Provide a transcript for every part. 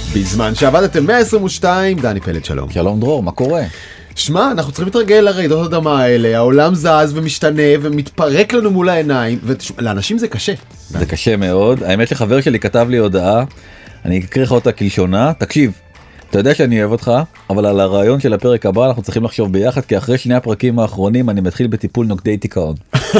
בזמן שעבדתם 122, דני פלד, שלום. שלום דרור, מה קורה? שמע, אנחנו צריכים להתרגל לרעידות אדמה האלה, העולם זז ומשתנה ומתפרק לנו מול העיניים, ולאנשים זה קשה. זה קשה מאוד. האמת שחבר שלי כתב לי הודעה, אני אקריא לך אותה כלשונה. תקשיב, אתה יודע שאני אוהב אותך, אבל על הרעיון של הפרק הבא אנחנו צריכים לחשוב ביחד, כי אחרי שני הפרקים האחרונים אני מתחיל בטיפול נוגדי דיכאון.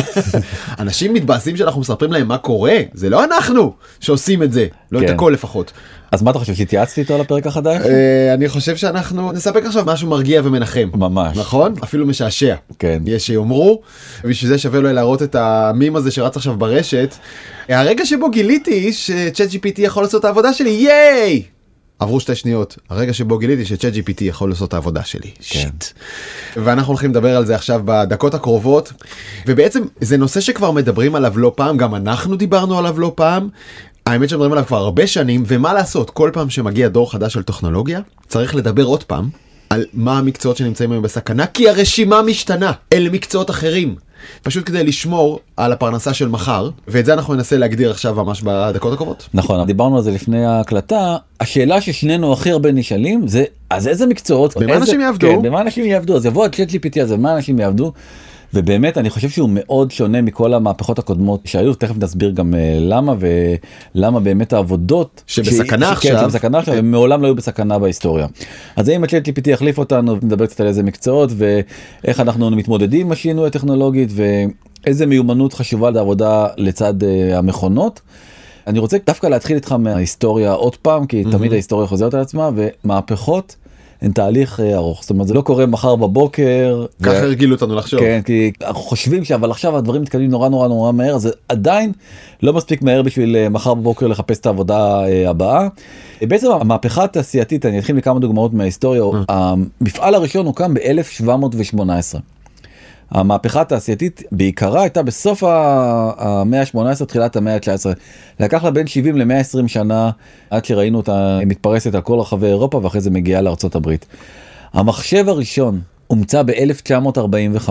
אנשים מתבאסים שאנחנו מספרים להם מה קורה, זה לא אנחנו שעושים את זה, לא את הכל לפחות. אז מה אתה חושב, שהתייעצתי איתו על הפרק החדש? אני חושב שאנחנו נספק עכשיו משהו מרגיע ומנחם. ממש. נכון? אפילו משעשע. כן. יש שיאמרו, ובשביל זה שווה לו להראות את המים הזה שרץ עכשיו ברשת. הרגע שבו גיליתי ש-ChatGPT יכול לעשות את העבודה שלי, ייי! עברו 2 שניות, הרגע שבו גיליתי ש-ChatGPT יכול לעשות את העבודה שלי. שיט. ואנחנו הולכים לדבר על זה עכשיו בדקות הקרובות, ובעצם זה נושא שכבר מדברים עליו לא פעם, גם אנחנו דיברנו עליו לא פעם, האמת שמדברים עליו כבר הרבה שנים, ומה לעשות, כל פעם שמגיע דור חדש של טכנולוגיה, צריך לדבר עוד פעם על מה המקצועות שנמצאים היום בסכנה, כי הרשימה משתנה אל מקצועות אחרים. פשוט כדי לשמור על הפרנסה של מחר, ואת זה אנחנו ננסה להגדיר עכשיו ממש בדקות הקרובות. נכון, דיברנו על זה לפני ההקלטה. השאלה ששנינו הכי הרבה נשאלים זה, אז איזה מקצועות? במה אנשים יעבדו? כן, במה אנשים יעבדו? אז יבוא ה-ChatGPT הזה, במה אנשים יעבדו? ובאמת אני חושב שהוא מאוד שונה מכל המהפכות הקודמות שהיו, תכף נסביר גם למה, ולמה באמת העבודות שבסכנה עכשיו, כן, שבסכנה עכשיו, הם מעולם לא היו בסכנה בהיסטוריה. אז אם ה-ChatGPT יחליף אותנו, נדבר קצת על איזה מקצועות, ואיך אנחנו מתמודדים עם השינוי הטכנולוגית, ואיזה מיומנות חשובה לעבודה לצד המכונות. אני רוצה דווקא להתחיל איתך מההיסטוריה עוד פעם, כי תמיד ההיסטוריה חוזרת על עצמה, ומהפכות הן תהליך ארוך, זאת אומרת זה לא קורה מחר בבוקר. ככה הרגילו אותנו לחשוב. כן, כי אנחנו חושבים אבל עכשיו הדברים מתקדמים נורא מהר, זה עדיין לא מספיק מהר בשביל מחר בבוקר לחפש את העבודה הבאה. בעצם המהפכה התעשייתית, אני אתחיל מכמה דוגמאות מההיסטוריה, המפעל הראשון הוקם ב-1718. המהפכה התעשייתית בעיקרה הייתה בסוף המאה ה-18, תחילת המאה ה-19. לקח לה בין 70 ל-120 שנה עד שראינו אותה מתפרסת על כל רחבי אירופה, ואחרי זה מגיעה לארצות הברית. המחשב הראשון הומצא ב-1945.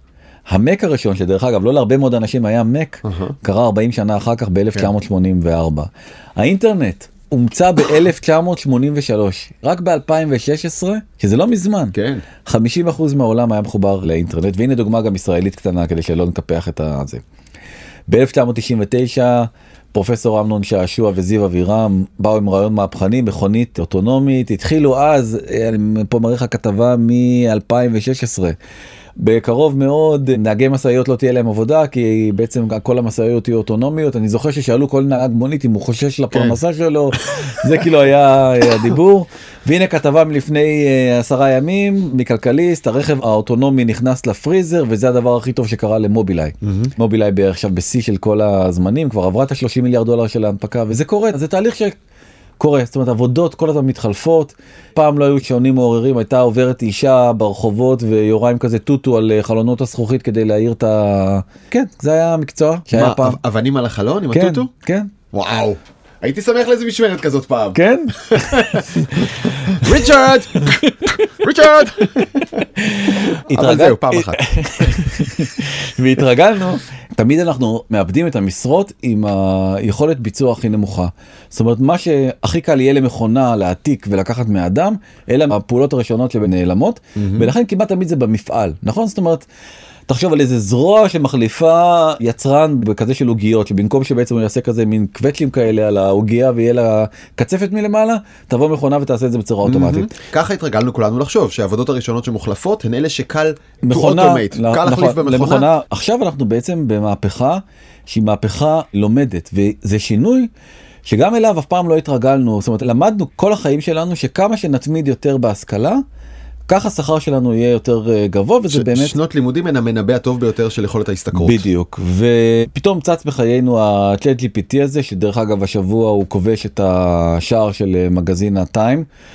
המק הראשון, שדרך אגב לא להרבה מאוד אנשים היה מק, קרה 40 שנה אחר כך ב-1984. האינטרנט הומצא ב-1983, רק ב-2016, שזה לא מזמן. כן. 50% מהעולם היה מחובר לאינטרנט, והנה דוגמה גם ישראלית קטנה כדי שלא נקפח את זה. ב-1999, פרופסור אמנון שעשוע וזיו אבירם באו עם רעיון מהפכני, מכונית אוטונומית, התחילו אז, אני פה מראה לך כתבה מ-2016, בקרוב מאוד נהגי מסעיות לא תהיה להם עבודה, כי בעצם כל המסעיות יהיו אוטונומיות. אני זוכר ששאלו כל נהג מונית אם הוא חושש לפרנסה שלו, זה כאילו היה הדיבור. והנה כתבה מלפני 10 ימים מכלכליסט, הרכב האוטונומי נכנס לפריזר, וזה הדבר הכי טוב שקרה למובילאיי. מובילאי בערך עכשיו בשיא של כל הזמנים, כבר עברה את $30 מיליארד של ההנפקה, וזה קורה, זה תהליך קורה, זאת אומרת, עבודות כל הזמן מתחלפות. פעם לא היו שעונים מעוררים, הייתה עוברת אישה ברחובות ויורה עם כזה טוטו על חלונות הזכוכית כדי להעיר את כן, זה היה המקצוע שהיה פעם. אבנים על החלון עם כן, הטוטו? כן. וואו. הייתי שמח לאיזה משמרת כזאת פעם. כן? ריצ'רד! ריצ'רד! אבל זהו, פעם אחת. והתרגלנו, תמיד אנחנו מאבדים את המשרות עם היכולת ביצוע הכי נמוכה. זאת אומרת, מה שהכי קל יהיה למכונה להעתיק ולקחת מהאדם, אלה הפעולות הראשונות שנעלמות, ולכן כמעט תמיד זה במפעל, נכון? זאת אומרת, תחשוב על איזה זרוע שמחליפה יצרן בכזה של עוגיות, שבמקום שבעצם הוא יעשה כזה מין קווצ'ים כאלה על העוגיה ויהיה לה קצפת מלמעלה, תבוא מכונה ותעשה את זה בצורה אוטומטית. ככה התרגלנו כולנו לחשוב שהעבודות הראשונות שמוחלפות הן אלה שקל to automate, קל להחליף במכונה. עכשיו אנחנו בעצם במהפכה שהיא מהפכה לומדת, וזה שינוי שגם אליו אף פעם לא התרגלנו. זאת אומרת, למדנו כל החיים שלנו שכמה שנתמיד יותר בהשכלה, ככה השכר שלנו יהיה יותר גבוה, וזה באמת... שנות לימודים הן המנבא הטוב ביותר של יכולת ההשתכרות. בדיוק, ופתאום צץ בחיינו ה-ChatGPT הזה, שדרך אגב השבוע הוא כובש את השער של מגזין הטיים.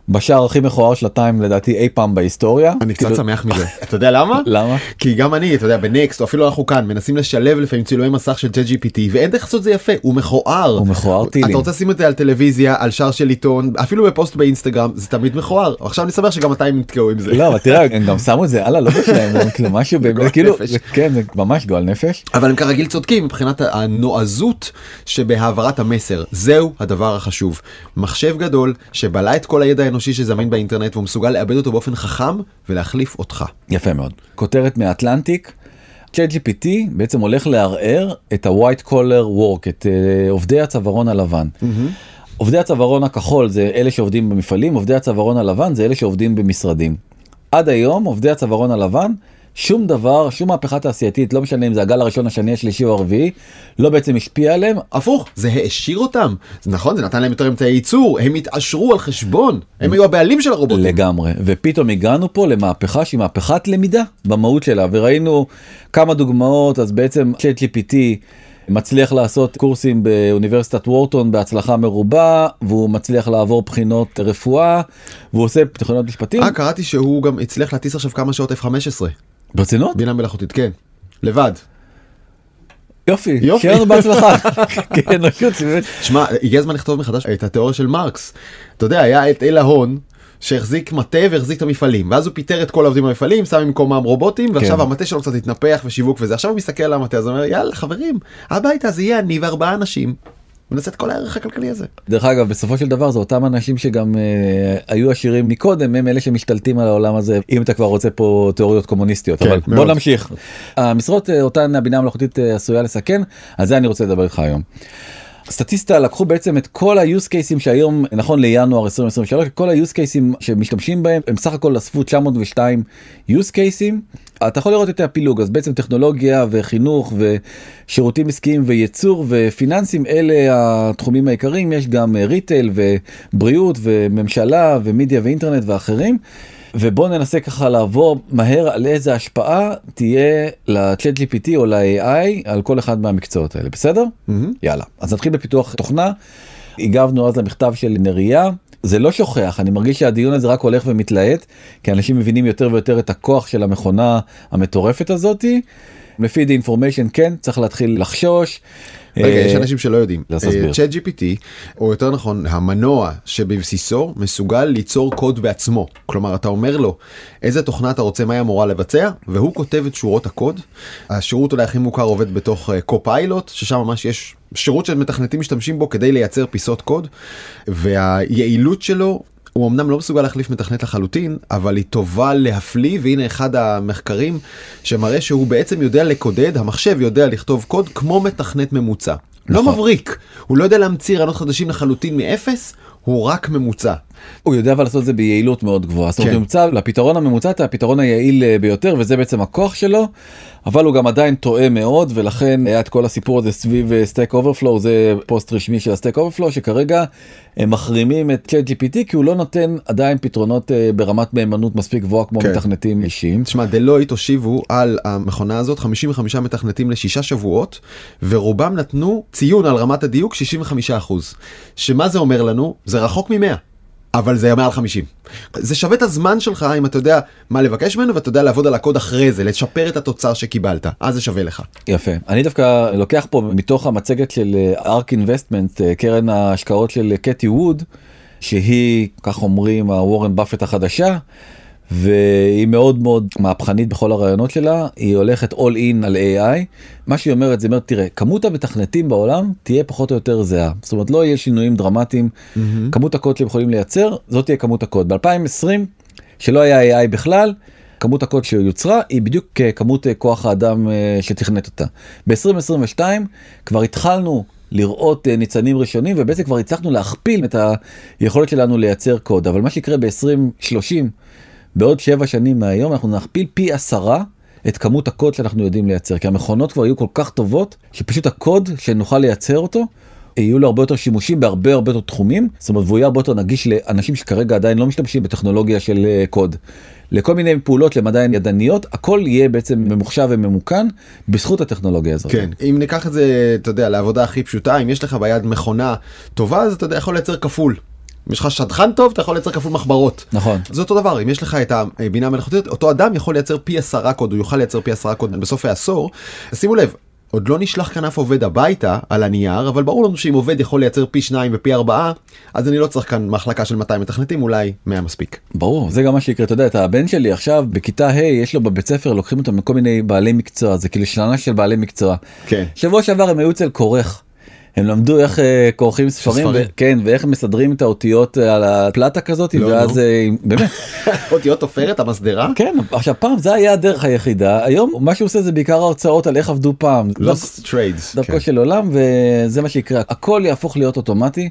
בשער הכי מכוער של הטיים לדעתי אי פעם בהיסטוריה. אני קצת שמח מזה. אתה יודע למה? למה? כי גם אני, אתה יודע, בנקסט, או אפילו אנחנו כאן, מנסים לשלב לפעמים צילומי מסך של ChatGPT, ואין דרך לעשות זה יפה, הוא מכוער. הוא מכוער טילים. אתה רוצה לשים את זה על טלוויזיה, על שער של עיתון, אפילו בפוסט באינסטגרם, זה תמיד מכוער. עכשיו אני שמח שגם אתה נתקעו עם זה. לא, אבל תראה, הם גם שמו את זה, לא בשלהם, משהו באמת, כאילו, כן, זה ממש גועל נפש. אבל הם כרגיל צודקים מבחינת הנועזות שבהעברת המסר. זהו הדבר החשוב. מחשב גדול שבלע את כל הידע האנושי שזמין באינטרנט והוא מסוגל לאבד אותו באופן חכם ולהחליף אותך. יפה מאוד. כותרת מאטלנטיק, ChatGPT בעצם הולך לערער את ה-white collar work, את עובדי הצווארון הלבן. עובדי הצווארון הכחול זה אלה שעובדים במפעלים, עובדי הצווארון הלבן זה אלה שעובדים במשרדים. עד היום עובדי הצווארון הלבן שום דבר, שום מהפכה תעשייתית, לא משנה אם זה הגל הראשון, השני, השלישי או הרביעי, לא בעצם השפיע עליהם. הפוך, זה העשיר אותם. זה נכון, זה נתן להם יותר אמצעי ייצור, הם התעשרו על חשבון, הם היו הבעלים של הרובוטים. לגמרי, ופתאום הגענו פה למהפכה שהיא מהפכת למידה במהות שלה, וראינו כמה דוגמאות, אז בעצם ChatGPT מצליח לעשות קורסים באוניברסיטת וורטון בהצלחה מרובה, והוא מצליח לעבור בחינות רפואה, והוא עושה בחינות משפטים. קראתי שהוא גם הצליח להטיס עכשיו כמה שעות F-15. ברצינות? בינה מלאכותית, כן. לבד. יופי, שיהיה לנו בהצלחה. כן, נשוץ. שמע, הגיע הזמן לכתוב מחדש את התיאוריה של מרקס. אתה יודע, היה את אל ההון, שהחזיק מטה והחזיק את המפעלים, ואז הוא פיטר את כל העובדים במפעלים, שם במקומם רובוטים, ועכשיו המטה שלו קצת התנפח ושיווק וזה. עכשיו הוא מסתכל על המטה, אז הוא אומר, יאללה חברים, הביתה זה יהיה אני וארבעה אנשים. ונעשה את כל הערך הכלכלי הזה. דרך אגב, בסופו של דבר זה אותם אנשים שגם היו עשירים מקודם, הם אלה שמשתלטים על העולם הזה, אם אתה כבר רוצה פה תיאוריות קומוניסטיות. אבל בוא נמשיך. המשרות אותן הבינה המלאכותית עשויה לסכן, על זה אני רוצה לדבר איתך היום. סטטיסטה לקחו בעצם את כל ה-use cases שהיום, נכון לינואר 2023, כל ה-use cases שמשתמשים בהם, הם סך הכל אספו 902 use cases. אתה יכול לראות את הפילוג, אז בעצם טכנולוגיה וחינוך ושירותים עסקיים וייצור ופיננסים, אלה התחומים העיקריים, יש גם ריטייל ובריאות וממשלה ומדיה ואינטרנט ואחרים. ובואו ננסה ככה לעבור מהר על איזה השפעה תהיה ל-Chat GPT או ל-AI על כל אחד מהמקצועות האלה, בסדר? יאללה, אז נתחיל בפיתוח תוכנה. הגבנו אז למכתב של נריה, זה לא שוכח, אני מרגיש שהדיון הזה רק הולך ומתלהט, כי אנשים מבינים יותר ויותר את הכוח של המכונה המטורפת הזאת. לפי the information כן, צריך להתחיל לחשוש. רגע, יש אנשים שלא יודעים. ChatGPT, או יותר נכון, המנוע שבבסיסו מסוגל ליצור קוד בעצמו. כלומר, אתה אומר לו איזה תוכנה אתה רוצה, מה היא אמורה לבצע, והוא כותב את שורות הקוד. השירות אולי הכי מוכר עובד בתוך קופיילוט, ששם ממש יש שירות שמתכנתים משתמשים בו כדי לייצר פיסות קוד, והיעילות שלו, הוא אמנם לא מסוגל להחליף מתכנת לחלוטין, אבל היא טובה להפליא, והנה אחד המחקרים שמראה שהוא בעצם יודע לקודד, המחשב יודע לכתוב קוד כמו מתכנת ממוצע. לא מבריק, הוא לא יודע להמציא רעיונות חדשים לחלוטין מאפס, הוא רק ממוצע. הוא יודע אבל לעשות את זה ביעילות מאוד גבוהה. זאת אומרת, נמצא לפתרון הממוצע, את הפתרון היעיל ביותר, וזה בעצם הכוח שלו, אבל הוא גם עדיין טועה מאוד, ולכן היה את כל הסיפור הזה סביב Stack Overflow, זה פוסט רשמי של Stack Overflow, שכרגע הם מחרימים את ChatGPT, כי הוא לא נותן עדיין פתרונות ברמת מהימנות מספיק גבוהה, כמו מתכנתים אישיים. תשמע, דלויט הושיבו על המכונה הזאת 55 מתכנתים ל6 שבועות, ורובם נתנו ציון על רמת הדיוק 65%. שמה זה אומר לנו? זה רחוק מ-100. אבל זה מעל 50. זה שווה את הזמן שלך אם אתה יודע מה לבקש ממנו ואתה יודע לעבוד על הקוד אחרי זה, לשפר את התוצר שקיבלת. אז זה שווה לך. יפה. אני דווקא לוקח פה מתוך המצגת של ARK Investment, קרן ההשקעות של קטי ווד, שהיא, כך אומרים, הוורן באפט החדשה, והיא מאוד מאוד מהפכנית בכל הרעיונות שלה, היא הולכת all in על AI. מה שהיא אומרת, זה אומרת, תראה, כמות המתכנתים בעולם תהיה פחות או יותר זהה. זאת אומרת, לא יהיה שינויים דרמטיים, כמות הקוד שהם יכולים לייצר, זאת תהיה כמות הקוד. ב-2020, שלא היה AI בכלל, כמות הקוד שיוצרה היא בדיוק כמות כוח האדם שתכנת אותה. ב-2022 כבר התחלנו לראות ניצנים ראשונים, ובעצם כבר הצלחנו להכפיל את היכולת שלנו לייצר קוד. אבל מה שיקרה ב-2030, בעוד 7 שנים מהיום, אנחנו נכפיל פי 10 את כמות הקוד שאנחנו יודעים לייצר, כי המכונות כבר יהיו כל כך טובות, שפשוט הקוד שנוכל לייצר אותו, יהיו לו הרבה יותר שימושים בהרבה הרבה יותר תחומים, זאת אומרת, והוא יהיה הרבה יותר נגיש לאנשים שכרגע עדיין לא משתמשים בטכנולוגיה של קוד. לכל מיני פעולות למדע ידניות, הכל יהיה בעצם ממוחשב וממוכן בזכות הטכנולוגיה הזאת. כן, אם ניקח את זה, אתה יודע, לעבודה הכי פשוטה, אם יש לך ביד מכונה טובה, אז אתה יודע, יכול לייצר כפול. אם יש לך שדכן טוב, אתה יכול לייצר כפול מחברות. נכון. זה אותו דבר, אם יש לך את הבינה המלאכותית, אותו אדם יכול לייצר פי 10 קוד, הוא יוכל לייצר פי 10 קוד בסוף העשור. שימו לב, עוד לא נשלח כאן אף עובד הביתה על הנייר, אבל ברור לנו שאם עובד יכול לייצר פי 2 ופי 4, אז אני לא צריך כאן מחלקה של 200 מתכנתים, אולי 100 מספיק. ברור, זה גם מה שיקרה. אתה יודע, את הבן שלי עכשיו בכיתה ה' יש לו בבית ספר, לוקחים אותו מכל מיני בעלי מקצוע, זה כאילו שנה של בעלי מקצוע. כן. שבוע שעבר הם היו אצל כורך. הם למדו איך כורכים ספרים, כן, ואיך מסדרים את האותיות על הפלטה כזאת, ואז באמת. אותיות תופרת, המסדרה? כן, עכשיו פעם זה היה הדרך היחידה, היום מה שהוא עושה זה בעיקר ההוצאות על איך עבדו פעם. Lost trades. דרכו של עולם, וזה מה שיקרה. הכל יהפוך להיות אוטומטי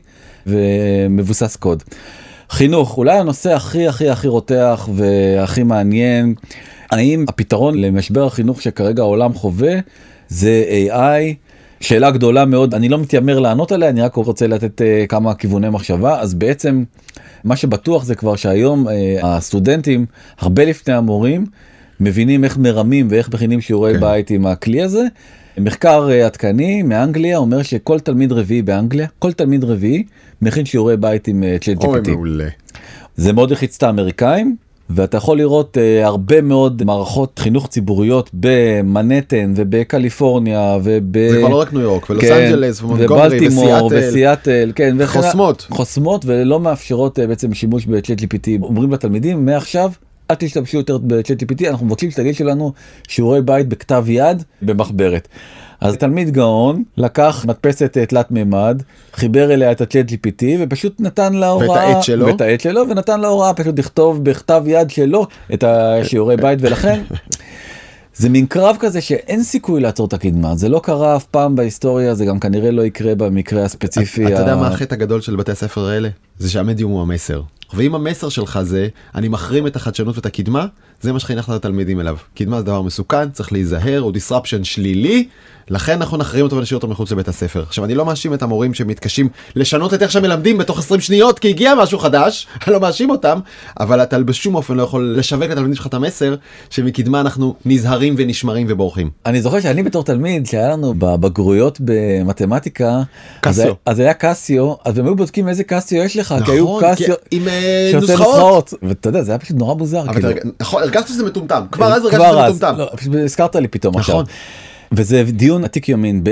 ומבוסס קוד. חינוך, אולי הנושא הכי רותח והכי מעניין, האם הפתרון למשבר החינוך שכרגע העולם חווה זה AI? שאלה גדולה מאוד, אני לא מתיימר לענות עליה, אני רק רוצה לתת כמה כיווני מחשבה. אז בעצם מה שבטוח זה כבר שהיום הסטודנטים, הרבה לפני המורים, מבינים איך מרמים ואיך מכינים שיעורי בית עם הכלי הזה. מחקר עדכני מאנגליה אומר שכל תלמיד רביעי באנגליה, כל תלמיד רביעי מכין שיעורי בית עם ChatGPT. אוי, מעולה. זה מאוד לחיץ את האמריקאים. ואתה יכול לראות הרבה מאוד מערכות חינוך ציבוריות במנהטן ובקליפורניה זה כבר לא רק ניו יורק, ולוס אנג'לס ומונטגומרי וסיאטל, כן, חוסמות ולא מאפשרות בעצם שימוש ב-ChatGPT. אומרים לתלמידים מעכשיו אל תשתמשו יותר ב-ChatGPT, אנחנו מבקשים שתגיש שלנו שיעורי בית בכתב יד במחברת. אז תלמיד גאון לקח מדפסת תלת מימד, חיבר אליה את ה-ChatGPT ופשוט נתן לה הוראה, ואת העט שלו, ונתן לה הוראה פשוט לכתוב בכתב יד שלו את השיעורי בית, ולכן זה מין קרב כזה שאין סיכוי לעצור את הקדמה. זה לא קרה אף פעם בהיסטוריה, זה גם כנראה לא יקרה במקרה הספציפי. אתה יודע מה החטא הגדול של בתי הספר האלה? זה שהמדיום הוא המסר. ואם המסר שלך זה, אני מחרים את החדשנות ואת הקדמה, זה מה שחינכת לתלמידים אליו. קדמה זה דבר מסוכן, צריך להיזהר, הוא disruption שלילי, לכן אנחנו נחרים אותו ונשאיר אותו מחוץ לבית הספר. עכשיו, אני לא מאשים את המורים שמתקשים לשנות את איך שהם מלמדים בתוך 20 שניות, כי הגיע משהו חדש, אני לא מאשים אותם, אבל אתה בשום אופן לא יכול לשווק לתלמידים שלך את המסר, שמקדמה אנחנו נזהרים ונשמרים ובורחים. אני זוכר שאני בתור תלמיד, שהיה לנו בבגרויות במתמטיקה, אז היה קסיו, אז הם היו בודקים איזה קסיו יש לך, כי היו קסיו עם נוסחאות, ואתה יודע, זה היה פשוט נורא מוזר. נכון, הרגשת שזה מטומטם, כבר אז הרגשת שזה מטומטם. הזכרת לי פתאום עכשיו. וזה דיון עתיק יומין.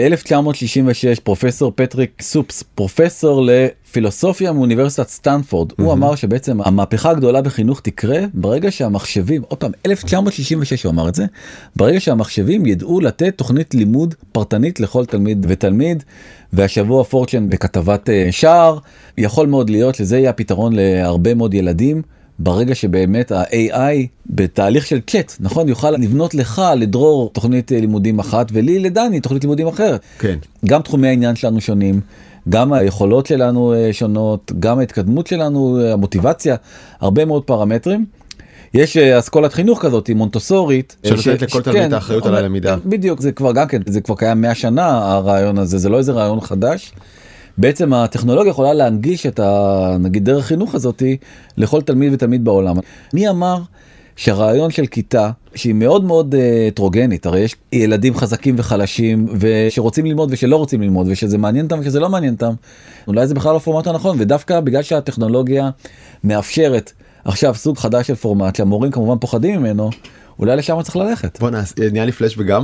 ב-1966 פרופסור פטריק סופס, פרופסור לפילוסופיה מאוניברסיטת סטנפורד, הוא אמר שבעצם המהפכה הגדולה בחינוך תקרה ברגע שהמחשבים, עוד פעם 1966 הוא אמר את זה, ברגע שהמחשבים ידעו לתת תוכנית לימוד פרטנית לכל תלמיד ותלמיד. והשבוע פורצ'ן בכתבת שער, יכול מאוד להיות שזה יהיה הפתרון להרבה מאוד ילדים, ברגע שבאמת ה-AI בתהליך של צ'אט, נכון, יוכל לבנות לך, לדרור תוכנית לימודים אחת, ולי לדני תוכנית לימודים אחרת. כן. גם תחומי העניין שלנו שונים, גם היכולות שלנו שונות, גם ההתקדמות שלנו, המוטיבציה, הרבה מאוד פרמטרים. יש אסכולת חינוך כזאת, מונטסורית. שנותנת לכל תלמיד האחריות על הלמידה. בדיוק, זה כבר גם כן, זה כבר קיים 100 שנה הרעיון הזה, זה לא איזה רעיון חדש. בעצם הטכנולוגיה יכולה להנגיש את נגיד דרך חינוך הזאתי לכל תלמיד ותלמיד בעולם. מי אמר שהרעיון של כיתה שהיא מאוד מאוד הטרוגנית, הרי יש ילדים חזקים וחלשים ושרוצים ללמוד ושלא רוצים ללמוד ושזה מעניין אותם ושזה לא מעניין אותם, אולי זה בכלל לא פורמט הנכון, ודווקא בגלל שהטכנולוגיה מאפשרת עכשיו סוג חדש של פורמט שהמורים כמובן פוחדים ממנו, אולי לשם צריך ללכת. בוא נהיה לי פלאש וגם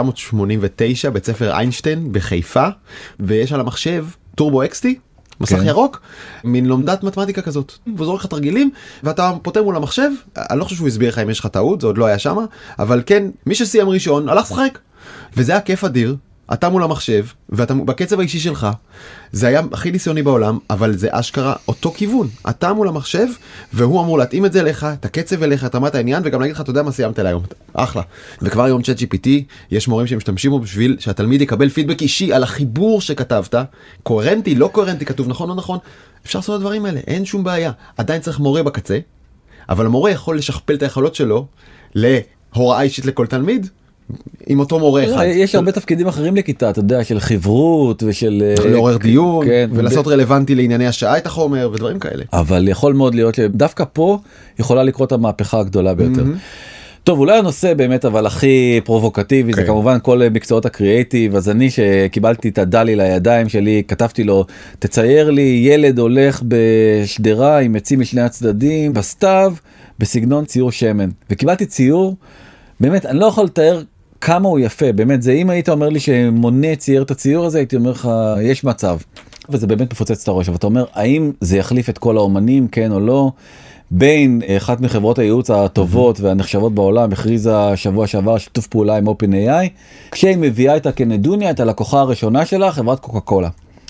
1989 בית ספר איינשטיין בחיפה, ויש על המחשב טורבו אקסטי, מסך ירוק, מין לומדת מתמטיקה כזאת. הוא זורק לך תרגילים, ואתה פותר מול המחשב, אני לא חושב שהוא הסביר לך אם יש לך טעות, זה עוד לא היה שמה, אבל כן, מי שסיים ראשון, הלך שחק. וזה היה כיף אדיר, אתה מול המחשב, ואתה בקצב האישי שלך, זה היה הכי ניסיוני בעולם, אבל זה אשכרה אותו כיוון. אתה מול המחשב, והוא אמור להתאים את זה לך, את הקצב אליך, את רמת העניין, וגם להגיד לך, אתה יודע מה סיימת להיום. אחלה. וכבר היום ChatGPT, יש מורים שמשתמשים בו בשביל שהתלמיד יקבל פידבק אישי על החיבור שכתבת, קוהרנטי, לא קוהרנטי, כתוב נכון או נכון. אפשר לעשות את הדברים האלה, אין שום בעיה. עדיין צריך מורה בקצה, אבל המורה יכול לשכפל את היכולות שלו להוראה אישית לכל תלמיד, עם אותו מורה אחד. יש הרבה תפקידים אחרים לכיתה, אתה יודע, של חברות ושל לעורר דיון, ולעשות רלוונטי לענייני השעה את החומר ודברים כאלה. אבל יכול מאוד להיות שדווקא פה יכולה לקרות המהפכה הגדולה ביותר. טוב, אולי הנושא באמת אבל הכי פרובוקטיבי זה כמובן כל מקצועות הקריאייטיב. אז אני שקיבלתי את הדלי לידיים שלי, כתבתי לו, תצייר לי ילד הולך בשדרה עם עצים משני הצדדים, בסתיו, בסגנון ציור שמן. וקיבלתי ציור, באמת, אני לא יכול לתאר כמה הוא יפה, באמת, זה אם היית אומר לי שמונה צייר את הציור הזה, הייתי אומר לך, יש מצב. וזה באמת מפוצץ את הראש, אבל אתה אומר, האם זה יחליף את כל האומנים, כן או לא? בין אחת מחברות הייעוץ הטובות והנחשבות בעולם, הכריזה שבוע שעבר שיתוף פעולה עם OpenAI, כשהיא מביאה איתה כנדוניה את הלקוחה הראשונה שלה, חברת קוקה קולה.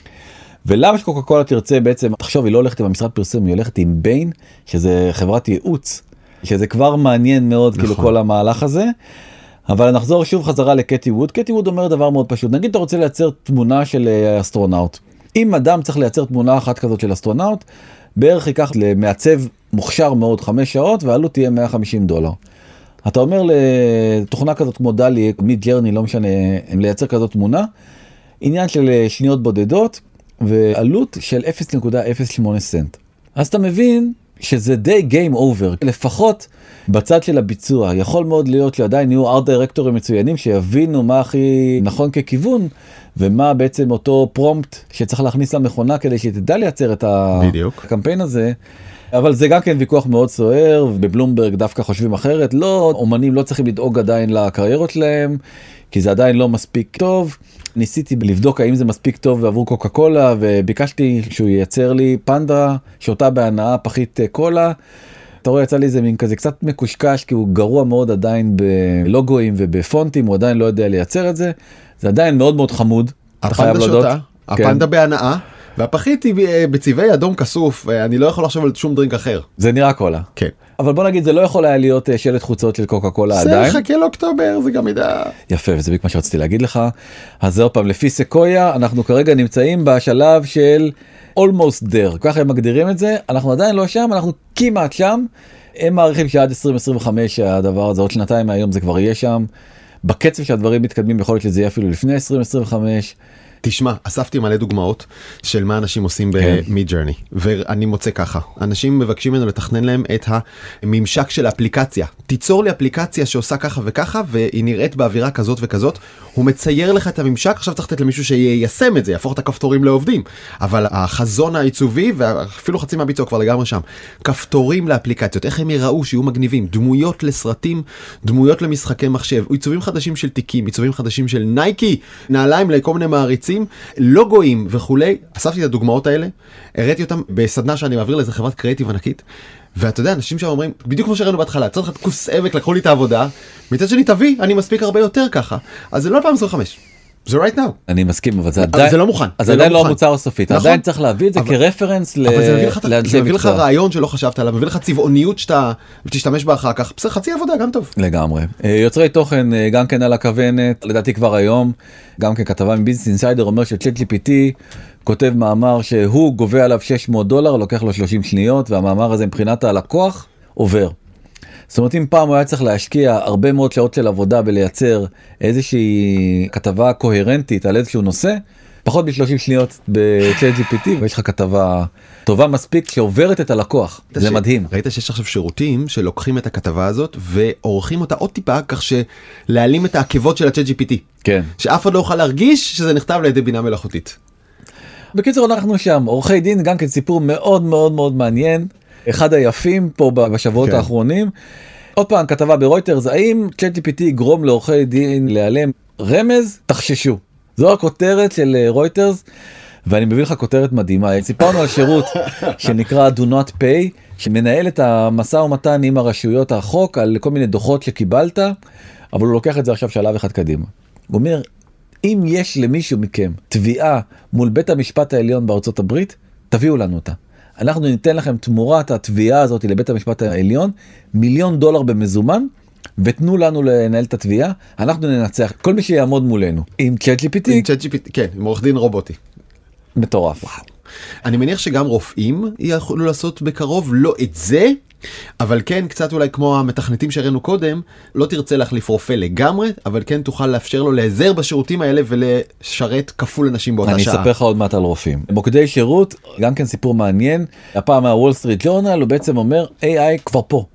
ולמה שקוקה קולה תרצה בעצם, תחשוב, היא לא הולכת עם המשרד פרסום, היא הולכת עם ביין, שזה חברת ייעוץ, שזה כבר מעניין מאוד, נכון. כאילו כל המהלך הזה. אבל נחזור שוב חזרה לקטי ווד. קטי ווד אומר דבר מאוד פשוט, נגיד אתה רוצה לייצר תמונה של אסטרונאוט. אם אדם צריך לייצר תמונה אחת כזאת של אסטרונאוט, בערך ייקח למעצב מוכשר מאוד 5 שעות, והעלות תהיה $150. אתה אומר לתוכנה כזאת כמו דלי, מיד ג'רני, לא משנה, לייצר כזאת תמונה, עניין של שניות בודדות, ועלות של 0.08 סנט. אז אתה מבין שזה די game over, לפחות בצד של הביצוע. יכול מאוד להיות שעדיין יהיו ארט דירקטורים מצוינים שיבינו מה הכי נכון ככיוון, ומה בעצם אותו פרומפט שצריך להכניס למכונה כדי שתדע לייצר את הקמפיין הזה. אבל זה גם כן ויכוח מאוד סוער, ובבלומברג דווקא חושבים אחרת. לא, אומנים לא צריכים לדאוג עדיין לקריירות שלהם, כי זה עדיין לא מספיק טוב. ניסיתי לבדוק האם זה מספיק טוב עבור קוקה קולה, וביקשתי שהוא ייצר לי פנדה שותה בהנאה פחית קולה. אתה רואה, יצא לי זה מין כזה קצת מקושקש, כי הוא גרוע מאוד עדיין בלוגויים ובפונטים, הוא עדיין לא יודע לייצר את זה. זה עדיין מאוד מאוד חמוד. הפנדה שותה, הפנדה בהנאה, והפחית היא בצבעי אדום כסוף, אני לא יכול לחשוב על שום דרינק אחר. זה נראה קולה. כן. אבל בוא נגיד, זה לא יכול היה להיות שלט חוצות של קוקה קולה עדיין. זה חכה לאוקטובר, זה גם ידע. יפה, וזה בדיוק מה שרציתי להגיד לך. אז זה עוד פעם, לפי סקויה, אנחנו כרגע נמצאים בשלב של almost there. ככה הם מגדירים את זה, אנחנו עדיין לא שם, אנחנו כמעט שם. הם מעריכים שעד 2025 הדבר הזה, עוד שנתיים מהיום זה כבר יהיה שם. בקצב שהדברים מתקדמים, יכול להיות שזה יהיה אפילו לפני 2025. תשמע, אספתי מלא דוגמאות של מה אנשים עושים ב-Midjourney, ואני מוצא ככה, אנשים מבקשים ממנו לתכנן להם את הממשק של האפליקציה. תיצור לי אפליקציה שעושה ככה וככה, והיא נראית באווירה כזאת וכזאת, הוא מצייר לך את הממשק, עכשיו צריך לתת למישהו שיישם את זה, יהפוך את הכפתורים לעובדים, אבל החזון העיצובי, ואפילו חצי מהביצוע כבר לגמרי שם, כפתורים לאפליקציות, איך הם יראו, שיהיו מגניבים, דמויות לסרטים, דמויות למשחקי מחשב, עיצובים חדשים של תיקים, עיצובים חדשים של נייקי, נעליים לכל מיני מעריצים, לוגויים וכולי. אספתי את הדוגמאות האלה, הראיתי אותם בסדנה שאני מעביר לאיזה חברת קריאיטיב ענקית, ואתה יודע, אנשים שם אומרים, בדיוק כמו שראינו בהתחלה, צריך לך כוס עמק, לקחו לי את העבודה, מצד שני תביא, אני מספיק הרבה יותר ככה. אז זה לא 2025, זה right now. אני מסכים, אבל זה עדיין, זה לא מוכן. אז עדיין לא המוצר הסופית, עדיין צריך להביא את זה כרפרנס לאנשי מקצוע. זה מביא לך רעיון שלא חשבת עליו, מביא לך צבעוניות שאתה תשתמש בה אחר כך, בסדר, חצי עבודה, גם טוב. לגמרי. יוצרי תוכן גם כן על הכוונת, לדעתי כבר היום, גם כן כתבה מביזנס אינסיידר אומר ש-ChatGPT כותב מאמר שהוא גובה עליו $600, לוקח לו 30 שניות, והמאמר הזה מבחינת הלקוח עובר. זאת אומרת, אם פעם הוא היה צריך להשקיע הרבה מאוד שעות של עבודה ולייצר איזושהי כתבה קוהרנטית על איזשהו נושא, פחות ב-30 שניות ב-ChatGPT, ויש לך כתבה טובה מספיק שעוברת את הלקוח. זה מדהים. ראית שיש עכשיו שירותים שלוקחים את הכתבה הזאת ועורכים אותה עוד טיפה, כך שלהעלים את העקבות של ה-ChatGPT. כן. שאף אחד לא יוכל להרגיש שזה נכתב על ידי בינה מלאכותית. בקיצור, אנחנו שם. עורכי דין, גם כן סיפור מאוד מאוד מאוד מעניין. אחד היפים פה בשבועות האחרונים. עוד פעם, כתבה ברויטרס, האם ChatGPT יגרום לעורכי דין להיעלם? רמז, תחששו. זו הכותרת של רויטרס, ואני מביא לך כותרת מדהימה. סיפרנו על שירות שנקרא Do Not Pay, שמנהל את המשא ומתן עם הרשויות החוק על כל מיני דוחות שקיבלת, אבל הוא לוקח את זה עכשיו שלב אחד קדימה. הוא אומר, אם יש למישהו מכם תביעה מול בית המשפט העליון בארצות הברית, תביאו לנו אותה. אנחנו ניתן לכם תמורת התביעה הזאת לבית המשפט העליון, $1,000,000 במזומן, ותנו לנו לנהל את התביעה, אנחנו ננצח כל מי שיעמוד מולנו. עם ChatGPT. עם ChatGPT, כן, עם עורך דין רובוטי. מטורף. וואו. אני מניח שגם רופאים יכולו לעשות בקרוב, לא את זה, אבל כן, קצת אולי כמו המתכנתים שהראינו קודם, לא תרצה להחליף רופא לגמרי, אבל כן תוכל לאפשר לו להיעזר בשירותים האלה ולשרת כפול אנשים באותה שעה. אני אספר לך עוד מעט על רופאים. מוקדי שירות, גם כן סיפור מעניין, הפעם מהוול סטריט ג'ורנל, הוא בעצם אומר, AI כבר פה.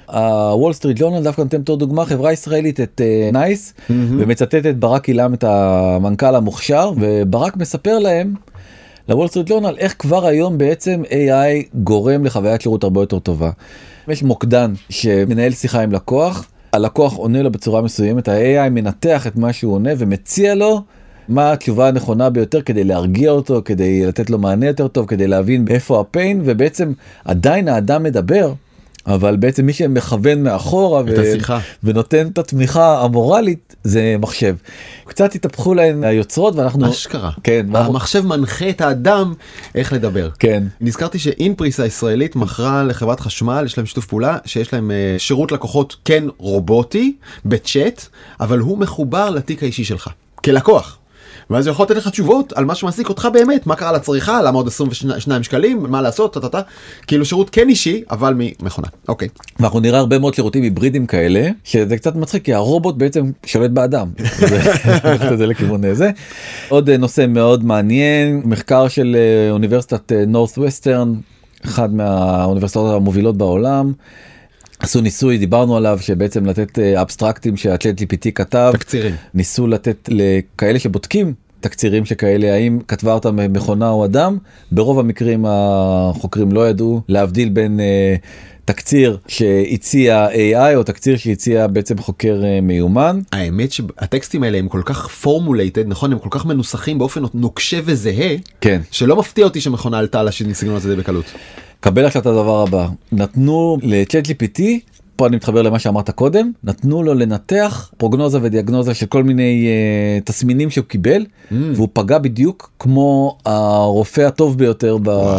הוול סטריט ג'ורנל דווקא נותן אותו דוגמה, חברה ישראלית את נייס, ומצטט את ברק אילם, את המנכ"ל המוכשר, וברק מספר להם, לוול סטריט ג'ורנל, איך כבר היום בעצם AI גורם לחוויית שירות הרבה יותר טובה. יש מוקדן שמנהל שיחה עם לקוח, הלקוח עונה לו בצורה מסוימת, ה-AI מנתח את מה שהוא עונה ומציע לו מה התשובה הנכונה ביותר כדי להרגיע אותו, כדי לתת לו מענה יותר טוב, כדי להבין איפה הפיין, ובעצם עדיין האדם מדבר, אבל בעצם מי שמכוון מאחורה ונותן את התמיכה המורלית זה מחשב. קצת התהפכו להן היוצרות ואנחנו... אשכרה. כן. המחשב מנחה את האדם איך לדבר. כן. נזכרתי שאינפריס הישראלית מכרה לחברת חשמל, יש להם שיתוף פעולה, שיש להם שירות לקוחות כן רובוטי, בצ'אט, אבל הוא מחובר לתיק האישי שלך, כלקוח. ואז הוא יכול לתת לך תשובות על מה שמעסיק אותך באמת, מה קרה לצריכה, למה עוד 22 שקלים, מה לעשות, כאילו שירות כן אישי, אבל ממכונה. אוקיי. ואנחנו נראה הרבה מאוד שירותים היברידים כאלה, שזה קצת מצחיק, כי הרובוט בעצם שולט באדם. זה לכיוון זה. עוד נושא מאוד מעניין, מחקר של אוניברסיטת נורת' ווסטרן, אחד מהאוניברסיטאות המובילות בעולם, עשו ניסוי, דיברנו עליו, שבעצם לתת אבסטרקטים שהצ'אט GPT כתב. תקצירים. ניסו לתת לכאלה שבודקים תקצירים שכאלה, האם כתבה אותם מכונה או אדם. ברוב המקרים החוקרים לא ידעו להבדיל בין תקציר שהציע AI או תקציר שהציע בעצם חוקר מיומן. האמת שהטקסטים האלה הם כל כך פורמולייטד, נכון? הם כל כך מנוסחים באופן נוקשה וזהה, כן. שלא מפתיע אותי שמכונה עלתה לה שניסינו לזה בקלות. קבל עכשיו את הדבר הבא, נתנו לצ'אט GPT, פה אני מתחבר למה שאמרת קודם, נתנו לו לנתח פרוגנוזה ודיאגנוזה של כל מיני תסמינים שהוא קיבל, והוא פגע בדיוק כמו הרופא הטוב ביותר.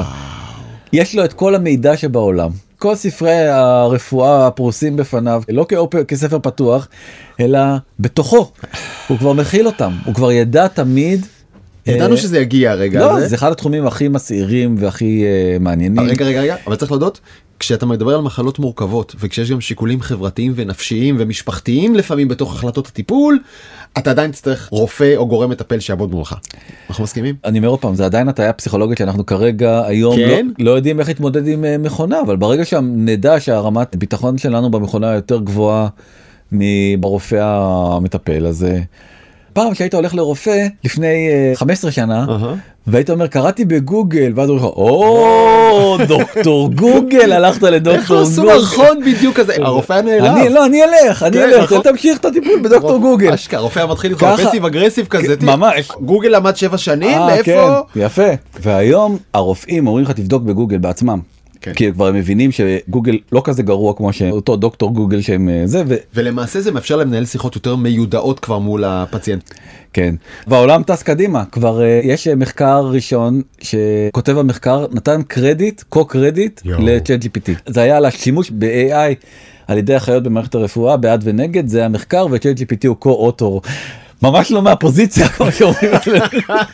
יש לו את כל המידע שבעולם, כל ספרי הרפואה הפרוסים בפניו, לא כספר פתוח, אלא בתוכו, הוא כבר מכיל אותם, הוא כבר ידע תמיד, ידענו שזה יגיע הרגע הזה. לא, זה אחד התחומים הכי מסעירים והכי מעניינים. רגע, אבל צריך להודות, כשאתה מדבר על מחלות מורכבות, וכשיש גם שיקולים חברתיים ונפשיים ומשפחתיים לפעמים בתוך החלטות הטיפול, אתה עדיין תצטרך רופא או גורם מטפל שיעבוד מולך. אנחנו מסכימים? אני אומר עוד פעם, זה עדיין הטעיה פסיכולוגית שאנחנו כרגע היום לא יודעים איך להתמודד עם מכונה, אבל ברגע שנדע שהרמת ביטחון שלנו במכונה יותר גבוהה ברופא המטפל, אז פעם שהיית הולך לרופא לפני 15 שנה, והיית אומר, קראתי בגוגל, ואז הוא אומר, או, דוקטור גוגל, הלכת לדוקטור גוגל. איך עשו מערכון בדיוק כזה? הרופא נעלב. לא, אני אלך, תמשיך את הטיפול בדוקטור גוגל. אשכרה, הרופא מתחיל איתך פסיב אגרסיב כזה. ממש. גוגל למד 7 שנים, מאיפה? יפה. והיום הרופאים אומרים לך תבדוק בגוגל בעצמם. כי כבר הם מבינים שגוגל לא כזה גרוע כמו שאותו דוקטור גוגל שהם זה. ולמעשה זה מאפשר להם שיחות יותר מיודעות כבר מול הפציינט. כן. והעולם טס קדימה. כבר יש מחקר ראשון שכותב המחקר נתן קרדיט, קו-קרדיט ל-Chat GPT. זה היה על השימוש ב-AI על ידי אחיות במערכת הרפואה, בעד ונגד, זה המחקר, ו-Chat GPT הוא קו-אוטור. ממש לא מהפוזיציה כמו שאומרים עליהם.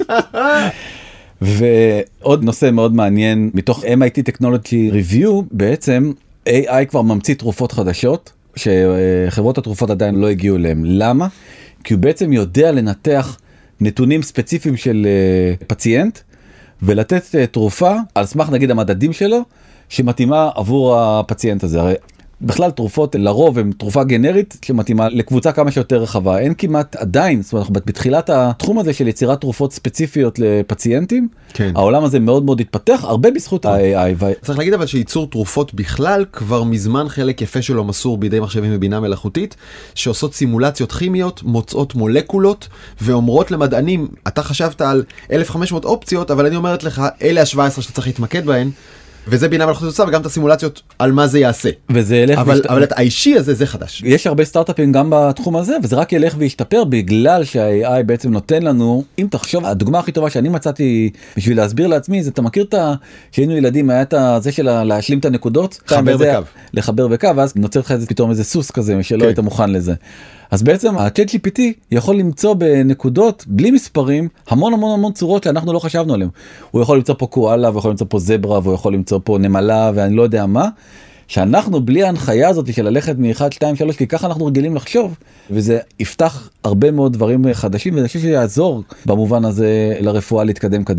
ועוד נושא מאוד מעניין, מתוך MIT Technology Review, בעצם AI כבר ממציא תרופות חדשות, שחברות התרופות עדיין לא הגיעו אליהם. למה? כי הוא בעצם יודע לנתח נתונים ספציפיים של פציינט, ולתת תרופה, על סמך נגיד המדדים שלו, שמתאימה עבור הפציינט הזה. הרי בכלל תרופות לרוב הן תרופה גנרית שמתאימה לקבוצה כמה שיותר רחבה. אין כמעט עדיין, זאת אומרת, בתחילת התחום הזה של יצירת תרופות ספציפיות לפציינטים, כן. העולם הזה מאוד מאוד התפתח, הרבה בזכות ה-AI. צריך להגיד אבל שייצור תרופות בכלל כבר מזמן חלק יפה שלו מסור בידי מחשבים ובינה מלאכותית, שעושות סימולציות כימיות, מוצאות מולקולות, ואומרות למדענים, אתה חשבת על 1500 אופציות, אבל אני אומרת לך, אלה ה-17 שאתה צריך להתמקד בהן, וזה בינה מלאכותית עושה, וגם את הסימולציות על מה זה יעשה. אבל את האישי הזה, זה חדש. יש הרבה סטארט-אפים גם בתחום הזה, וזה רק ילך וישתפר בגלל שה-AI בעצם נותן לנו, אם תחשוב, הדוגמה הכי טובה שאני מצאתי בשביל להסביר לעצמי, זה אתה מכיר שהיינו ילדים, היה את זה של להשלים את הנקודות, לחבר בקו, ואז נוצר לך פתאום איזה סוס כזה, שלא היית מוכן לזה. אז בעצם ה-Chat GPT יכול למצוא בנקודות, בלי מספרים, המון המון המון צורות שאנחנו לא חשבנו עליהן. הוא יכול למצוא פה קואלה, הוא יכול למצוא פה זברה, והוא יכול למצוא פה נמלה, ואני לא יודע מה, שאנחנו בלי ההנחיה הזאת של ללכת מ-1, 2, 3, כי ככה אנחנו רגילים לחשוב, וזה יפתח הרבה מאוד דברים חדשים, ואני חושב שיעזור במובן הזה לרפואה להתקדם קדימה.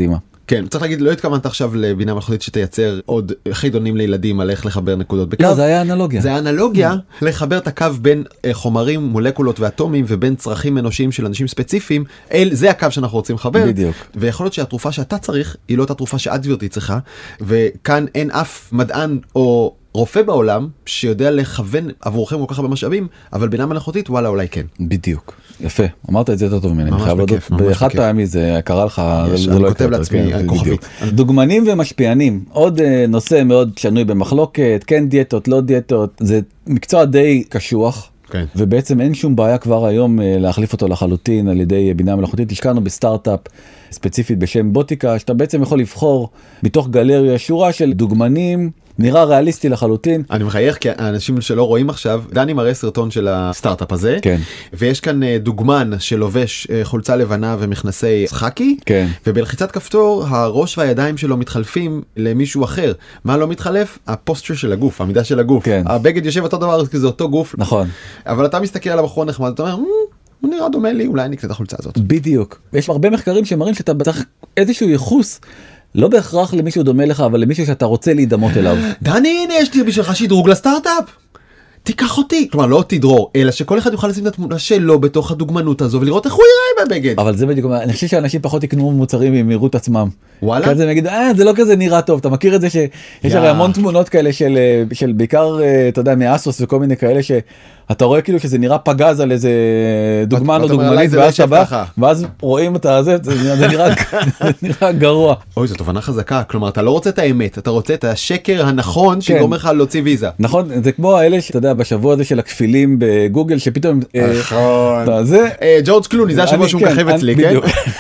כן, צריך להגיד, לא התכוונת עכשיו לבינה מלאכותית שתייצר עוד חידונים לילדים על איך לחבר נקודות בקו. לא, זה היה אנלוגיה. זה אנלוגיה לחבר את הקו בין חומרים, מולקולות ואטומים ובין צרכים אנושיים של אנשים ספציפיים, זה הקו שאנחנו רוצים לחבר. בדיוק. ויכול להיות שהתרופה שאתה צריך היא לא אותה תרופה שאת גברתי צריכה, וכאן אין אף מדען או רופא בעולם שיודע לכוון עבורכם כל כך הרבה משאבים, אבל בינה מלאכותית וואלה אולי כן. בדיוק. יפה, אמרת את זה יותר טוב ממני, אני חייב להודות, באחד פעמי זה קרה לך, זה לא כותב לעצמי כוכבית. דוגמנים ומשפיענים, עוד נושא מאוד שנוי במחלוקת, כן דיאטות, לא דיאטות, זה מקצוע די קשוח, ובעצם אין שום בעיה כבר היום להחליף אותו לחלוטין על ידי בינה מלאכותית. השקענו בסטארט-אפ ספציפית בשם בוטיקה, שאתה בעצם יכול לבחור מתוך גלריה שורה של דוגמנים, נראה ריאליסטי לחלוטין. אני מחייך כי האנשים שלא רואים עכשיו, דני מראה סרטון של הסטארט-אפ הזה, כן. ויש כאן דוגמן שלובש חולצה לבנה ומכנסי חקי, כן. ובלחיצת כפתור הראש והידיים שלו מתחלפים למישהו אחר. מה לא מתחלף? הפוסטר של הגוף, המידה של הגוף. כן. הבגד יושב אותו דבר כי זה אותו גוף. נכון. אבל אתה מסתכל על הבחור נחמד, אתה אומר, הוא נראה דומה לי, אולי נקנה את החולצה הזאת. בדיוק. יש הרבה מחקרים שמראים שאתה צריך איזשהו ייחוס, לא בהכרח למישהו דומה לך, אבל למישהו שאתה רוצה להידמות אליו. דני, הנה יש לי בשבילך שדרוג לסטארט-אפ. תיקח אותי. כלומר, לא תדרור, אלא שכל אחד יוכל לשים את התמונה שלו בתוך הדוגמנות הזו, ולראות איך הוא יראה בבגד. אבל זה בדיוק, אני חושב שאנשים פחות יקנו מוצרים במהירות עצמם. וואלה? כזה מגיד, זה לא כזה נראה טוב. אתה מכיר את זה שיש הרי המון תמונות כאלה של בעיקר, אתה יודע, מאסוס וכל מיני כאלה שאתה רואה כאילו שזה נראה פגז על איזה דוגמן או דוגמנית, ואז רואים את זה, זה נראה גרוע. אוי, זו תובנה חזקה. כלומר, אתה לא רוצה את האמת, אתה רוצה את השקר הנכון שגורם לך להוציא ויזה. נכון, זה כמו האלה שאתה יודע, בשבוע הזה של הכפילים בגוגל, שפתאום... נכון. ג'ורג' קלוני, זה השבוע שהוא מככב אצלי, כן?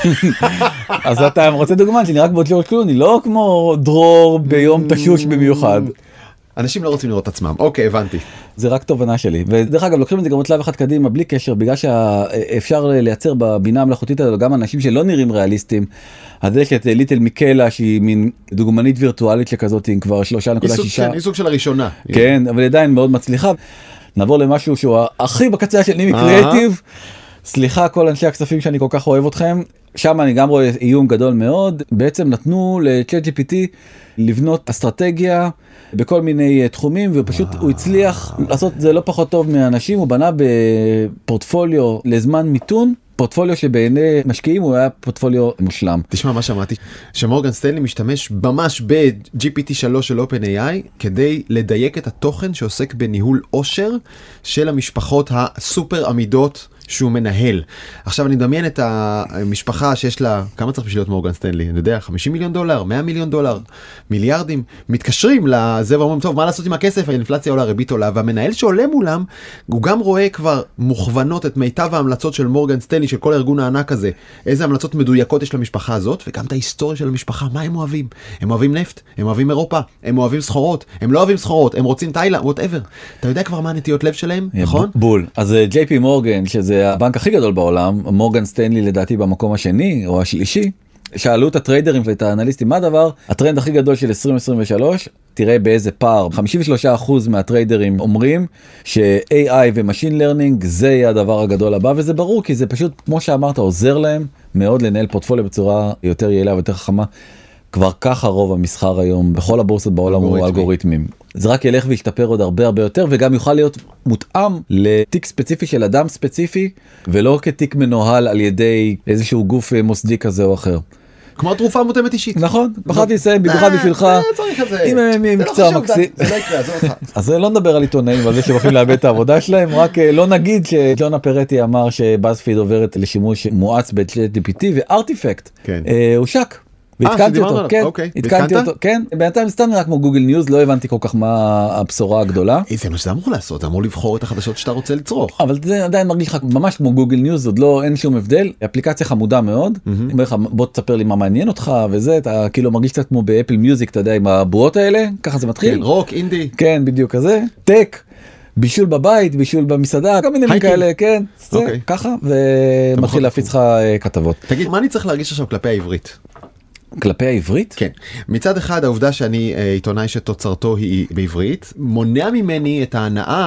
אז אתה רוצה דוגמן שנראה כמו ג'ורג' קלוני, לא כמו דרור ביום תשוש במיוחד. אנשים לא רוצים לראות עצמם. אוקיי, הבנתי. זה רק תובנה שלי. ודרך אגב, לוקחים את זה גם עוד שלב אחד קדימה, בלי קשר, בגלל שאפשר לייצר בבינה המלאכותית הזו גם אנשים שלא נראים ריאליסטים. אז יש את ליטל מיקלה, שהיא מין דוגמנית וירטואלית שכזאת, עם כבר 3.6. כן, היא סוג של הראשונה. כן, אבל עדיין מאוד מצליחה. נעבור למשהו שהוא הכי בקצה של נימי קריאטיב. סליחה, כל אנשי הכספים שאני כל כך אוהב אתכם. שם אני גם רואה איום גדול מאוד. בעצם נתנו ל-ChatGPT לבנות אסטרטגיה בכל מיני תחומים, ופשוט הוא הצליח לעשות זה לא פחות טוב מהאנשים. הוא בנה בפורטפוליו לזמן מיתון, פורטפוליו שבעיני משקיעים הוא היה פורטפוליו מושלם. תשמע, מה שמעתי? שמורגן סטנלי משתמש ממש ב-GPT-3 של OpenAI כדי לדייק את התוכן שעוסק בניהול עושר של המשפחות הסופר עמידות שהוא מנהל. עכשיו אני מדמיין את המשפחה שיש לה, כמה צריך בשביל להיות מורגן סטנלי? אני יודע, $50 מיליון, $100 מיליון, מיליארדים, מתקשרים לזה ואומרים, טוב, מה לעשות עם הכסף? האינפלציה עולה, הריבית עולה, והמנהל שעולה מולם, הוא גם רואה כבר מוכוונות את מיטב ההמלצות של מורגן סטנלי, של כל הארגון הענק הזה, איזה המלצות מדויקות יש למשפחה הזאת, וגם את ההיסטוריה של המשפחה, מה הם אוהבים? הם אוהבים נפט, הם אוהבים אירופה, הם אוהבים סחורות, הם לא אוהבים סחורות, הם רוצים תאילנד, whatever. אתה יודע כבר מה הנטיות לב שלהם, נכון? בול. אז JP מורגן, שזה הבנק הכי גדול בעולם, מורגן סטנלי לדעתי במקום השני או השלישי, שאלו את הטריידרים ואת האנליסטים מה הדבר, הטרנד הכי גדול של 2023, תראה באיזה פער, 53% מהטריידרים אומרים ש-AI ו-Machine Learning זה יהיה הדבר הגדול הבא, וזה ברור כי זה פשוט, כמו שאמרת, עוזר להם מאוד לנהל פורטפוליו בצורה יותר יעילה ויותר חכמה. כבר ככה רוב המסחר היום בכל הבורסות בעולם הוא אלגוריתמים. זה רק ילך וישתפר עוד הרבה יותר, וגם יוכל להיות מותאם לתיק ספציפי של אדם ספציפי, ולא כתיק מנוהל על ידי איזשהו גוף מוסדי כזה או אחר. כמו תרופה מותאמת אישית. נכון, בחרתי לסיים במיוחד בשבילך. אם הם מקצוע מקסים. זה לא יקרה, עזוב אותך. אז לא נדבר על עיתונאים ועל זה שהם הולכים לאבד את העבודה שלהם, רק לא נגיד שג'ונה פרטי אמר שבאזפיד עוברת לשימוש מואץ ב-ChatGPT וארטיפקט הושק. והתקנתי אותו, כן, התקנתי אותו, כן, בינתיים סתם נראה כמו גוגל ניוז, לא הבנתי כל כך מה הבשורה הגדולה. זה מה שזה אמור לעשות, זה אמור לבחור את החדשות שאתה רוצה לצרוך. אבל זה עדיין מרגיש לך ממש כמו גוגל ניוז, עוד לא, אין שום הבדל, אפליקציה חמודה מאוד, אומר לך בוא תספר לי מה מעניין אותך וזה, אתה כאילו מרגיש קצת כמו באפל מיוזיק, אתה יודע, עם הבועות האלה, ככה זה מתחיל. כן, רוק, אינדי. כן, בדיוק כזה, טק. בישול בבית, בישול במסעדה, כל מיני כאלה, כן, זה ככה, ומתחיל להפיץ לך כתבות. תגיד, מה אני צריך להרגיש עכשיו כלפי העברית? כלפי העברית? כן. מצד אחד, העובדה שאני עיתונאי שתוצרתו היא בעברית, מונע ממני את ההנאה,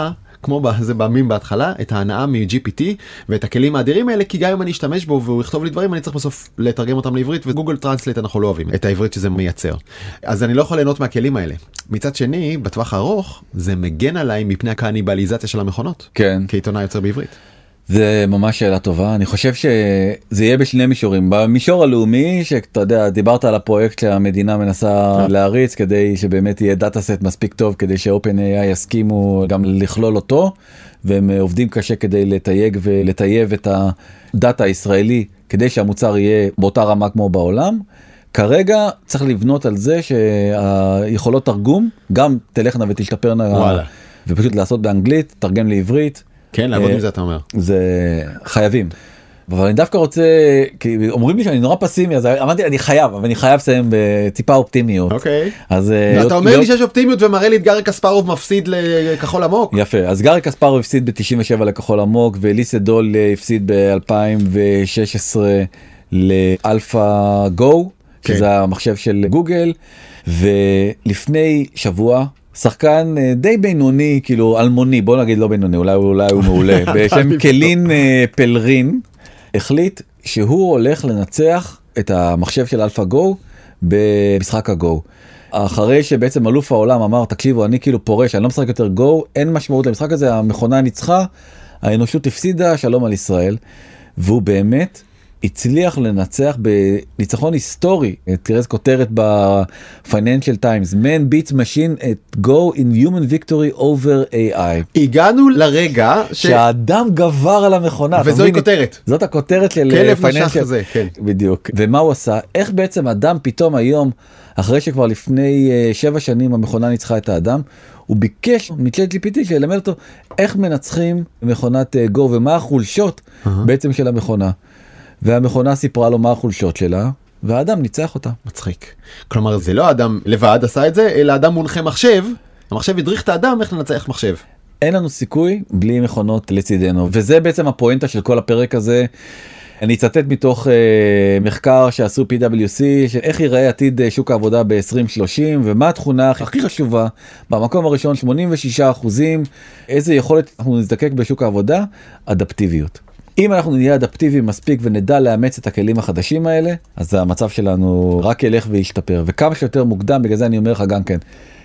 כמו זה באמים בהתחלה, את ההנאה מ-GPT ואת הכלים האדירים האלה, כי גם אם אני אשתמש בו והוא יכתוב לי דברים, אני צריך בסוף לתרגם אותם לעברית, וגוגל טרנסלייט אנחנו לא אוהבים את העברית שזה מייצר. אז אני לא יכול ליהנות מהכלים האלה. מצד שני, בטווח הארוך, זה מגן עליי מפני הקניבליזציה של המכונות. כן. כעיתונאי יוצר בעברית. זה ממש שאלה טובה. אני חושב שזה יהיה בשני מישורים. במישור הלאומי, שאתה יודע, דיברת על הפרויקט שהמדינה מנסה להריץ, כדי שבאמת יהיה דאטה סט מספיק טוב, כדי ש-OpenAI יסכימו גם לכלול אותו, והם עובדים קשה כדי לתייג ולטייב את הדאטה הישראלי, כדי שהמוצר יהיה באותה רמה כמו בעולם. כרגע צריך לבנות על זה שהיכולות תרגום גם תלכנה ותשתפרנה, ופשוט לעשות באנגלית, תרגם לעברית. כן, לעבוד עם זה אתה אומר. זה חייבים. אבל אני דווקא רוצה, כי אומרים לי שאני נורא פסימי, אז אמרתי, אני חייב, אבל אני חייב לסיים בטיפה אופטימיות. אוקיי. אתה אומר לי שיש אופטימיות ומראה לי את גארי קספרוב מפסיד לכחול עמוק. יפה, אז גארי קספרוב הפסיד ב-97 לכחול עמוק, ואליסה דול הפסיד ב-2016 לאלפא גו, שזה המחשב של גוגל, ולפני שבוע, שחקן די בינוני, כאילו אלמוני, בוא נגיד לא בינוני, אולי הוא מעולה, בשם קלין פלרין, החליט שהוא הולך לנצח את המחשב של אלפא גו במשחק הגו. אחרי שבעצם אלוף העולם אמר, תקשיבו, אני כאילו פורש, אני לא משחק יותר גו, אין משמעות למשחק הזה, המכונה ניצחה, האנושות הפסידה, שלום על ישראל, והוא באמת הצליח לנצח בניצחון היסטורי. תראה איזה כותרת ב-Financial Times, Man beats machine at Go in human victory over AI. הגענו לרגע שהאדם גבר על המכונה. וזוהי כותרת. זאת הכותרת של כלב נשך הזה, כן. בדיוק. ומה הוא עשה? איך בעצם אדם פתאום היום, אחרי שכבר לפני 7 שנים המכונה ניצחה את האדם, הוא ביקש מ-ChatGPT שילמד אותו איך מנצחים מכונת Go ומה החולשות בעצם של המכונה. והמכונה סיפרה לו מה החולשות שלה, והאדם ניצח אותה. מצחיק. כלומר, זה לא האדם לבד עשה את זה, אלא אדם מונחה מחשב, המחשב הדריך את האדם איך לנצח מחשב. אין לנו סיכוי בלי מכונות לצידנו, וזה בעצם הפואנטה של כל הפרק הזה. אני אצטט מתוך מחקר שעשו PwC, שאיך ייראה עתיד שוק העבודה ב-2030, ומה התכונה הכי חשובה, במקום הראשון 86%, איזה יכולת אנחנו נזדקק בשוק העבודה, אדפטיביות. אם אנחנו נהיה אדפטיביים מספיק ונדע לאמץ את הכלים החדשים האלה, אז המצב שלנו רק ילך וישתפר, וכמה שיותר מוקדם, בגלל זה אני אומר לך גם כן,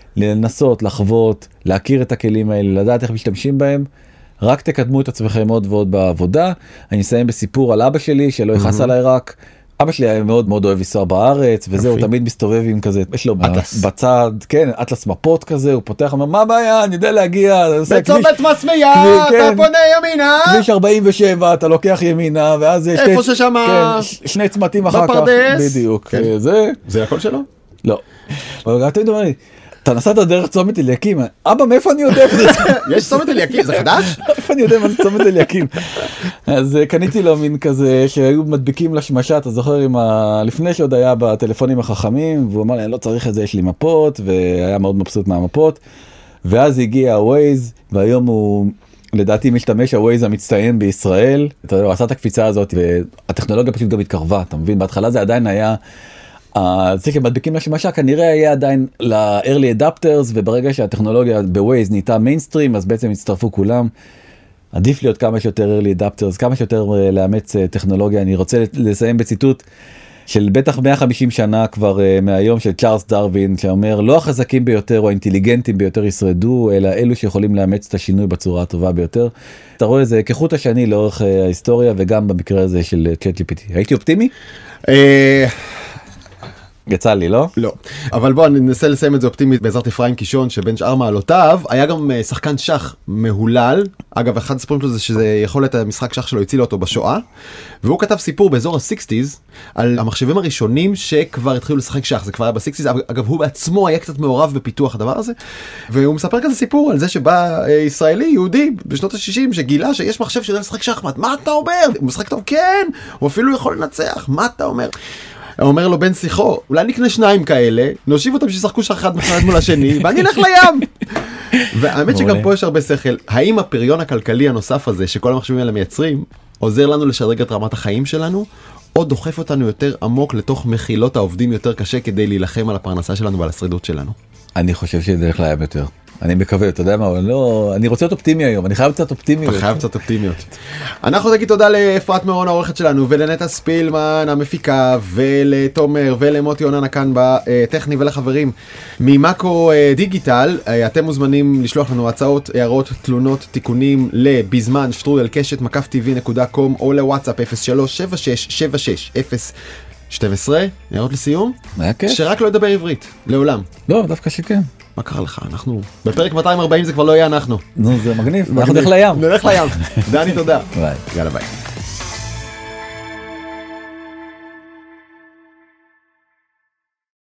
לנסות, לחוות, להכיר את הכלים האלה, לדעת איך משתמשים בהם, רק תקדמו את עצמכם עוד ועוד בעבודה. אני אסיים בסיפור על אבא שלי, שלא יכעס עליי רק, אבא שלי היה מאוד מאוד אוהב לנסוע בארץ, וזהו, תמיד מסתובב עם כזה, יש לו בצד, כן, אטלס מפות כזה, הוא פותח, אומר, מה הבעיה, אני יודע להגיע, בצומת מסמיה, אתה פונה ימינה, כביש 47, אתה לוקח ימינה, ואז איפה ששם, שני צמתים אחר כך, בדיוק, זה הכל שלו? לא, אבל אתה יודע, אתה נסעת דרך צומת אליקים, אבא מאיפה אני יודע? יש צומת אליקים, זה חדש? איפה אני יודע מה זה צומת אליקים? אז קניתי לו מין כזה שהיו מדביקים לשמשה, אתה זוכר, לפני שעוד היה בטלפונים החכמים, והוא אמר לי, אני לא צריך את זה, יש לי מפות, והיה מאוד מבסוט מהמפות, ואז הגיע הווייז, והיום הוא לדעתי משתמש הווייז המצטיין בישראל, אתה יודע, הוא עשה את הקפיצה הזאת, והטכנולוגיה פשוט גם התקרבה, אתה מבין? בהתחלה זה עדיין היה זה שמדביקים לשמשה כנראה יהיה עדיין ל-early adapters, וברגע שהטכנולוגיה בווייז נהייתה מיינסטרים, אז בעצם הצטרפו כולם. עדיף להיות כמה שיותר early adapters, כמה שיותר לאמץ טכנולוגיה. אני רוצה לסיים בציטוט של בטח 150 שנה כבר מהיום של צ'ארלס דרווין, שאומר, לא החזקים ביותר או האינטליגנטים ביותר ישרדו, אלא אלו שיכולים לאמץ את השינוי בצורה הטובה ביותר. אתה רואה, זה כחוט השני לאורך ההיסטוריה, וגם במקרה הזה של ChatGPT. הייתי אופטימי? יצא לי, לא? לא. אבל בוא, אני ננסה לסיים את זה אופטימית בעזרת אפרים קישון, שבין שאר מעלותיו, היה גם שחקן שח מהולל. אגב, אחד הסיפורים שלו זה שזה יכולת המשחק שח שלו הצילה אותו בשואה, והוא כתב סיפור באזור ה-60s, על המחשבים הראשונים שכבר התחילו לשחק שח, זה כבר היה ב-60s, אגב, הוא בעצמו היה קצת מעורב בפיתוח הדבר הזה, והוא מספר כזה סיפור על זה שבא ישראלי, יהודי, בשנות ה-60, שגילה שיש מחשב שיודע לשחק שחמט. מה אתה אומר? הוא משחק טוב? כן! הוא אפילו יכול לנצח. מה אתה אומר? הוא אומר לו בן שיחו, אולי נקנה 2 כאלה, נושיב אותם שישחקו שח אחד מול השני, ואני אלך לים. והאמת שגם פה יש הרבה שכל. האם הפריון הכלכלי הנוסף הזה, שכל המחשבים האלה מייצרים, עוזר לנו לשדרג את רמת החיים שלנו, או דוחף אותנו יותר עמוק לתוך מחילות העובדים יותר קשה, כדי להילחם על הפרנסה שלנו ועל השרידות שלנו? אני חושב שזה דרך לים יותר. אני מקווה, אתה יודע מה, אני רוצה להיות אופטימי היום, אני חייב קצת אופטימיות. אתה חייב קצת אופטימיות. אנחנו נגיד תודה לאפרת מירון העורכת שלנו, ולנטע ספילמן המפיקה, ולתומר ולמוטי עוננה כאן בטכני, ולחברים ממאקו דיגיטל. אתם מוזמנים לשלוח לנו הצעות, הערות, תלונות, תיקונים לבזמן @קשת-tv.com או לוואטסאפ 037676 הערות לסיום? היה כיף. שרק לא ידבר עברית, לעולם. לא, דווקא שכן. מה קרה לך? אנחנו בפרק 240 זה כבר לא יהיה אנחנו. נו, זה מגניב. אנחנו נלך לים. נלך לים. דני, תודה. ביי. יאללה ביי.